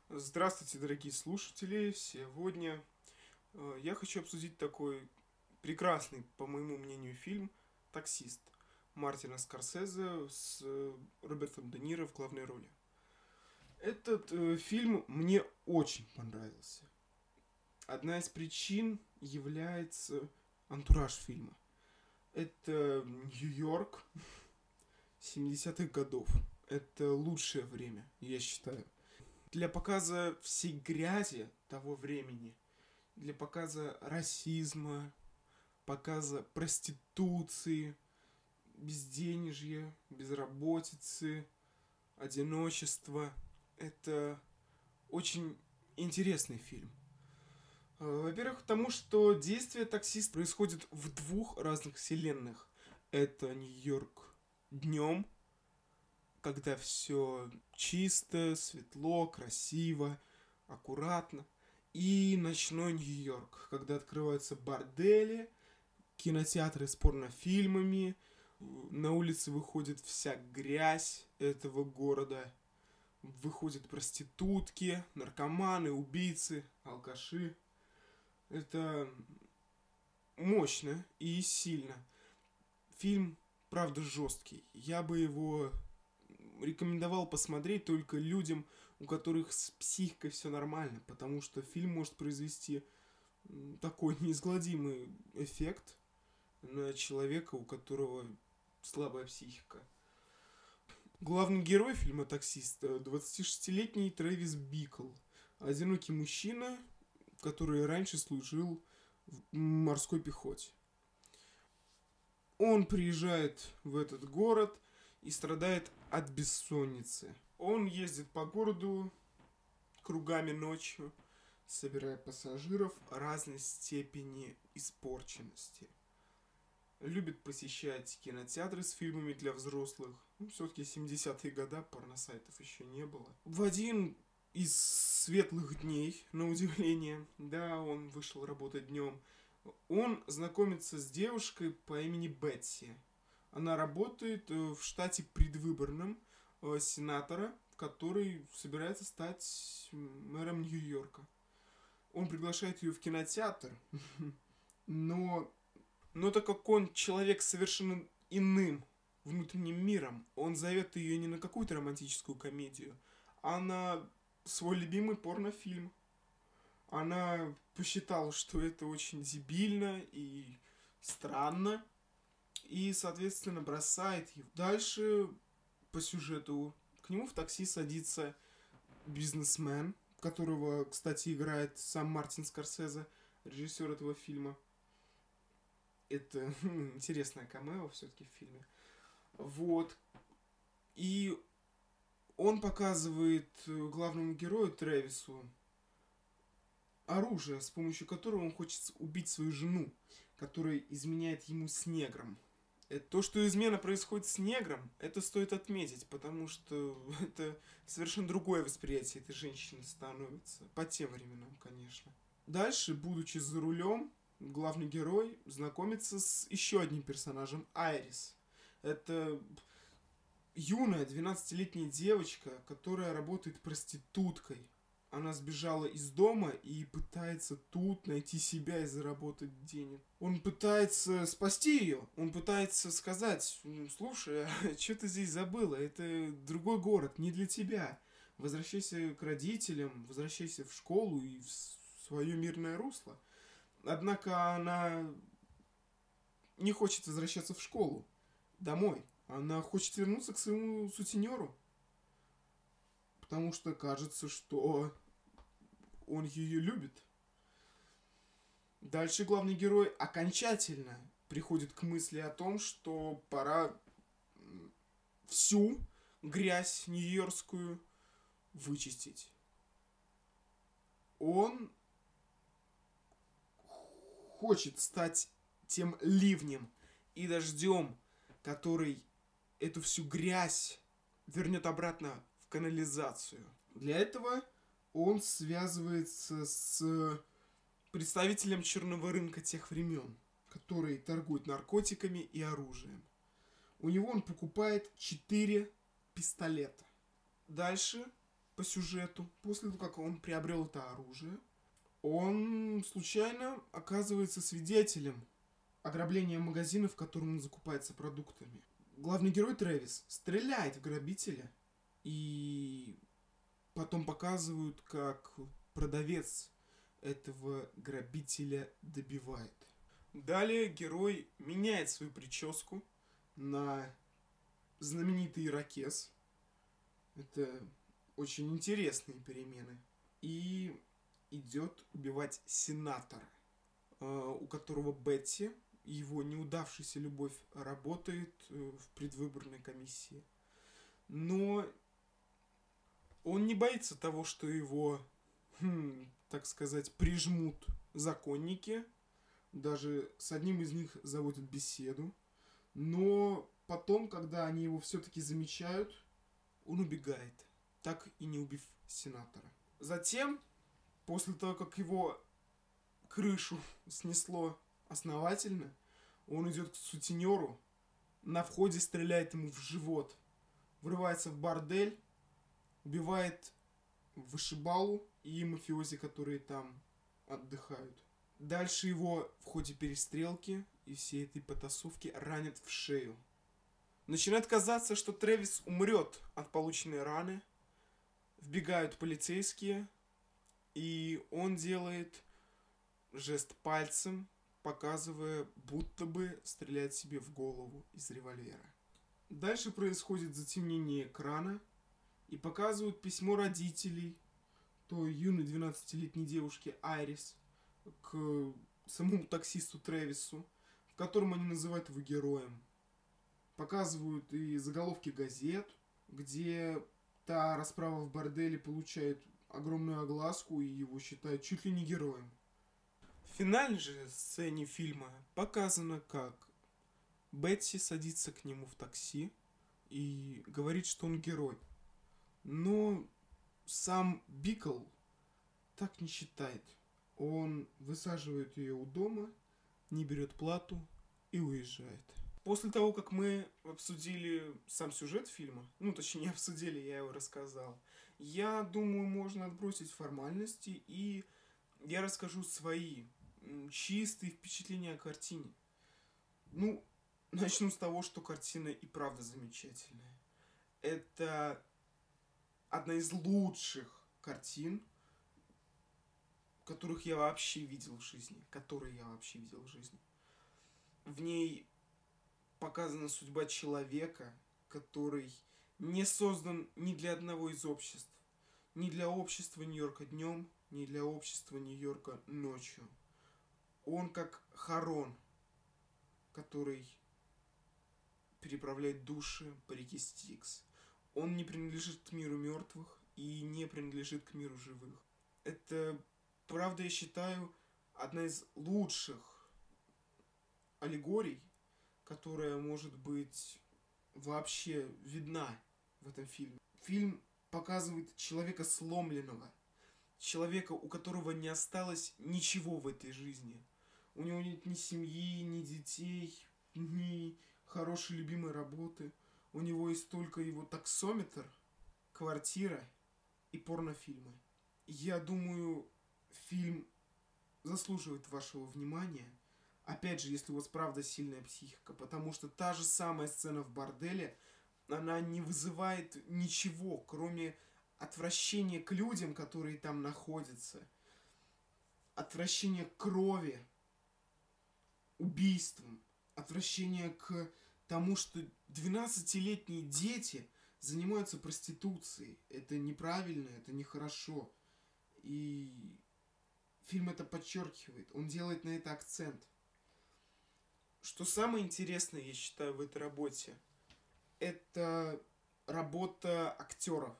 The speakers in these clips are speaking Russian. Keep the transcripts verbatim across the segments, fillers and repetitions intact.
Здравствуйте, дорогие слушатели! Сегодня э, я хочу обсудить такой прекрасный, по моему мнению, фильм «Таксист» Мартина Скорсезе с э, Робертом Де Ниро в главной роли. Этот э, фильм мне очень понравился. Одна из причин является антураж фильма. Это Нью-Йорк семидесятых годов. Это лучшее время, я считаю. Для показа всей грязи того времени, для показа расизма, показа проституции, безденежья, безработицы, одиночества. Это очень интересный фильм. Во-первых, потому что действие «Таксист» происходит в двух разных вселенных. Это Нью-Йорк днем, когда все чисто, светло, красиво, аккуратно. И ночной Нью-Йорк, когда открываются бордели, кинотеатры с порнофильмами, на улице выходит вся грязь этого города, выходят проститутки, наркоманы, убийцы, алкаши. Это мощно и сильно. Фильм, правда, жесткий. Я бы его рекомендовал посмотреть только людям, у которых с психикой все нормально, потому что фильм может произвести такой неизгладимый эффект на человека, у которого слабая психика. Главный герой фильма «Таксист» двадцатишестилетний Трэвис Бикл. Одинокий мужчина, который раньше служил в морской пехоте. Он приезжает в этот город и страдает от бессонницы. Он ездит по городу кругами ночью, собирая пассажиров разной степени испорченности. Любит посещать кинотеатры с фильмами для взрослых. Ну, все-таки семидесятые годы, порносайтов еще не было. В один из светлых дней, на удивление, да, он вышел работать днем, он знакомится с девушкой по имени Бетси. Она работает в штате предвыборном сенатора, который собирается стать мэром Нью-Йорка. Он приглашает ее в кинотеатр, но, но так как он человек с совершенно иным внутренним миром, он зовет ее не на какую-то романтическую комедию, а на свой любимый порнофильм. Она посчитала, что это очень дебильно и странно, и, соответственно, бросает его. Дальше по сюжету к нему в такси садится бизнесмен, которого, кстати, играет сам Мартин Скорсезе, режиссер этого фильма. Это интересное камео все-таки в фильме. Вот. И он показывает главному герою Трэвису оружие, с помощью которого он хочет убить свою жену, которая изменяет ему с негром. То, что измена происходит с негром, это стоит отметить, потому что это совершенно другое восприятие этой женщины становится. По тем временам, конечно. Дальше, будучи за рулем, главный герой знакомится с еще одним персонажем, Айрис. Это юная двенадцатилетняя девочка, которая работает проституткой. Она сбежала из дома и пытается тут найти себя и заработать денег. Он пытается спасти ее. Он пытается сказать: слушай, а что ты здесь забыла? Это другой город, не для тебя. Возвращайся к родителям, возвращайся в школу и в свое мирное русло. Однако она не хочет возвращаться в школу, домой. Она хочет вернуться к своему сутенеру. Потому что кажется, что он ее любит. Дальше главный герой окончательно приходит к мысли о том, что пора всю грязь нью-йоркскую вычистить. Он хочет стать тем ливнем и дождем, который эту всю грязь вернет обратно в канализацию. Для этого он связывается с представителем черного рынка тех времен, который торгует наркотиками и оружием. У него он покупает четыре пистолета. Дальше по сюжету, после того, как он приобрел это оружие, он случайно оказывается свидетелем ограбления магазина, в котором он закупается продуктами. Главный герой Трэвис стреляет в грабителя, и потом показывают, как продавец этого грабителя добивает. Далее герой меняет свою прическу на знаменитый ирокез. Это очень интересные перемены. И идет убивать сенатора, у которого Бетти, его неудавшаяся любовь, работает в предвыборной комиссии. Но он не боится того, что его, хм, так сказать, прижмут законники. Даже с одним из них заводят беседу. Но потом, когда они его все-таки замечают, он убегает, так и не убив сенатора. Затем, после того, как его крышу снесло основательно, он идет к сутенеру, на входе стреляет ему в живот, врывается в бордель, убивает вышибалу и мафиози, которые там отдыхают. Дальше его в ходе перестрелки и всей этой потасовки ранят в шею. Начинает казаться, что Трэвис умрет от полученной раны. Вбегают полицейские, и он делает жест пальцем, показывая, будто бы стреляет себе в голову из револьвера. Дальше происходит затемнение экрана, и показывают письмо родителей той юной двенадцатилетней девушки Айрис к самому таксисту Трэвису, в котором они называют его героем. Показывают и заголовки газет, где та расправа в борделе получает огромную огласку, и его считают чуть ли не героем. В финальной же сцене фильма показано, как Бетти садится к нему в такси и говорит, что он герой. Но сам Бикл так не считает. Он высаживает ее у дома, не берет плату и уезжает. После того, как мы обсудили сам сюжет фильма, ну, точнее, не обсудили, я его рассказал, я думаю, можно отбросить формальности, и я расскажу свои чистые впечатления о картине. Ну, начну с того, что картина и правда замечательная. Это одна из лучших картин, которых я вообще видел в жизни. Которые я вообще видел в жизни. В ней показана судьба человека, который не создан ни для одного из обществ. Ни для общества Нью-Йорка днем, ни для общества Нью-Йорка ночью. Он как Харон, который переправляет души по реке Стикс. Он не принадлежит к миру мертвых и не принадлежит к миру живых. Это, правда, я считаю, одна из лучших аллегорий, которая может быть вообще видна в этом фильме. Фильм показывает человека сломленного, человека, у которого не осталось ничего в этой жизни. У него нет ни семьи, ни детей, ни хорошей любимой работы. У него есть только его таксометр, квартира и порнофильмы. Я думаю, фильм заслуживает вашего внимания. Опять же, если у вас правда сильная психика. Потому что та же самая сцена в борделе, она не вызывает ничего, кроме отвращения к людям, которые там находятся. Отвращения к крови, убийствам. Отвращение к тому, что двенадцатилетние дети занимаются проституцией. Это неправильно, это нехорошо. И фильм это подчеркивает. Он делает на это акцент. Что самое интересное, я считаю, в этой работе, это работа актеров.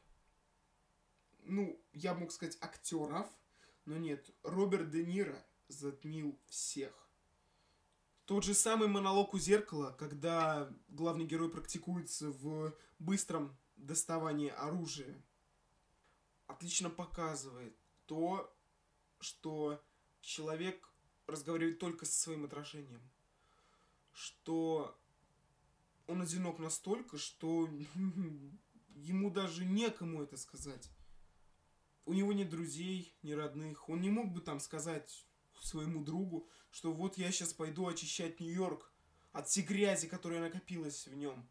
Ну, я мог сказать актеров, но нет. Роберт Де Ниро затмил всех. Тот же самый монолог у зеркала, когда главный герой практикуется в быстром доставании оружия, отлично показывает то, что человек разговаривает только со своим отражением. Что он одинок настолько, что ему даже некому это сказать. у него нет друзей, ни родных. Он не мог бы там сказать своему другу, что вот я сейчас пойду очищать Нью-Йорк от всей грязи, которая накопилась в нем.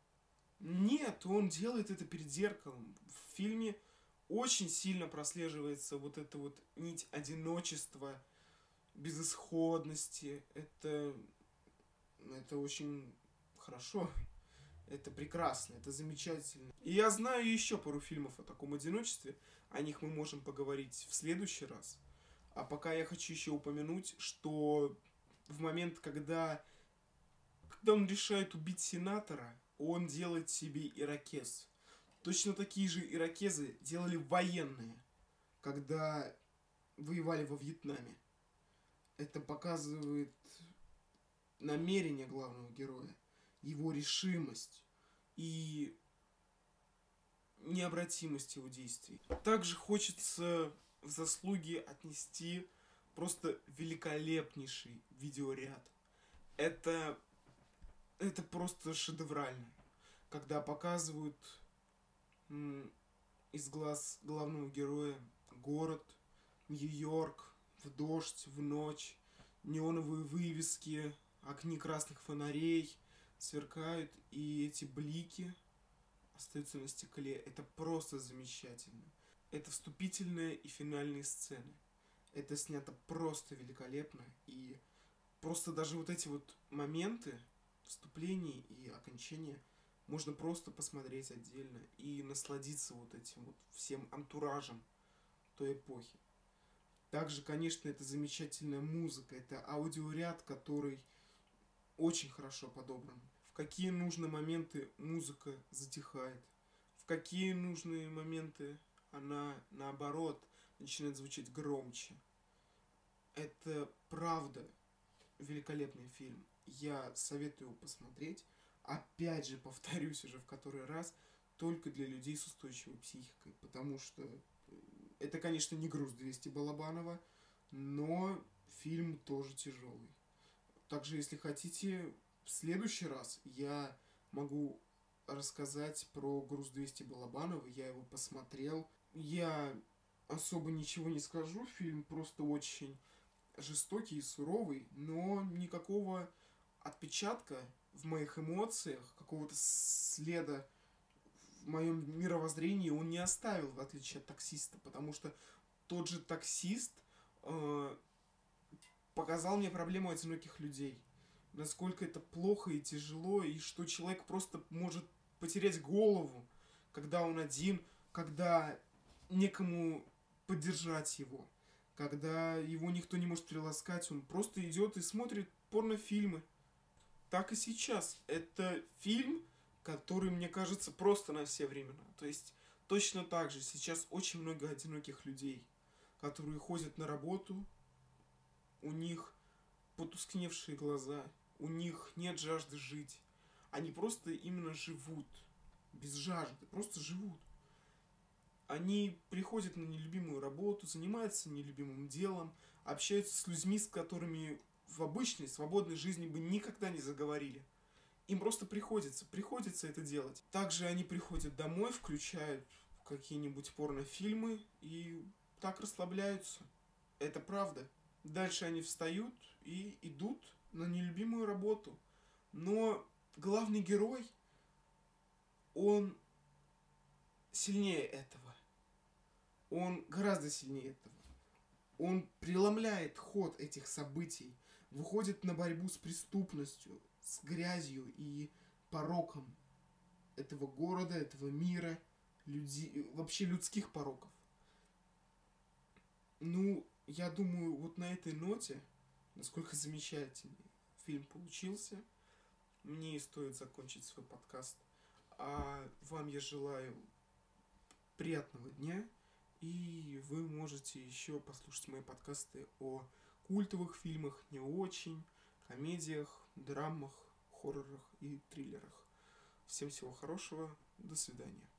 Нет, он делает это перед зеркалом. В фильме очень сильно прослеживается вот эта вот нить одиночества, безысходности. Это, это очень хорошо. Это прекрасно, это замечательно. И я знаю еще пару фильмов о таком одиночестве. О них мы можем поговорить в следующий раз. А пока я хочу еще упомянуть, что в момент, когда, когда он решает убить сенатора, он делает себе ирокез. Точно такие же ирокезы делали военные, когда воевали во Вьетнаме. Это показывает намерение главного героя, его решимость и необратимость его действий. Также хочется в заслуги отнести просто великолепнейший видеоряд. Это, это просто шедеврально. Когда показывают м, из глаз главного героя город, Нью-Йорк, в дождь, в ночь, неоновые вывески, огни красных фонарей сверкают, и эти блики остаются на стекле. Это просто замечательно. Это вступительные и финальные сцены. Это снято просто великолепно. И просто даже вот эти вот моменты вступления и окончания можно просто посмотреть отдельно и насладиться вот этим вот всем антуражем той эпохи. Также, конечно, это замечательная музыка. Это аудиоряд, который очень хорошо подобран. В какие нужные моменты музыка затихает. В какие нужные моменты она, наоборот, начинает звучать громче. Это правда великолепный фильм. Я советую его посмотреть. Опять же, повторюсь уже в который раз, только для людей с устойчивой психикой. Потому что это, конечно, не груз двести Балабанова, но фильм тоже тяжелый. Также, если хотите, в следующий раз я могу рассказать про груз двести Балабанова. Я его посмотрел. Я особо ничего не скажу. Фильм просто очень жестокий и суровый, но никакого отпечатка в моих эмоциях, какого-то следа в моем мировоззрении он не оставил, в отличие от «Таксиста», потому что тот же «Таксист» э, показал мне проблему одиноких людей. Насколько это плохо и тяжело, и что человек просто может потерять голову, когда он один, когда некому поддержать его, когда его никто не может приласкать, он просто идет и смотрит порнофильмы. Так и сейчас. Это фильм, который, мне кажется, просто на все времена. То есть, точно так же сейчас очень много одиноких людей, которые ходят на работу, у них потускневшие глаза, у них нет жажды жить. Они просто именно живут, без жажды, просто живут. Они приходят на нелюбимую работу, занимаются нелюбимым делом, общаются с людьми, с которыми в обычной, свободной жизни бы никогда не заговорили. Им просто приходится, приходится это делать. Также они приходят домой, включают какие-нибудь порнофильмы и так расслабляются. Это правда. Дальше они встают и идут на нелюбимую работу. Но главный герой, он сильнее этого. Он гораздо сильнее этого. Он преломляет ход этих событий, выходит на борьбу с преступностью, с грязью и пороком этого города, этого мира, люди, вообще людских пороков. Ну, я думаю, вот на этой ноте, насколько замечательный фильм получился, мне и стоит закончить свой подкаст. А вам я желаю приятного дня, и вы можете еще послушать мои подкасты о культовых фильмах, не очень, комедиях, драмах, хоррорах и триллерах. Всем всего хорошего, до свидания.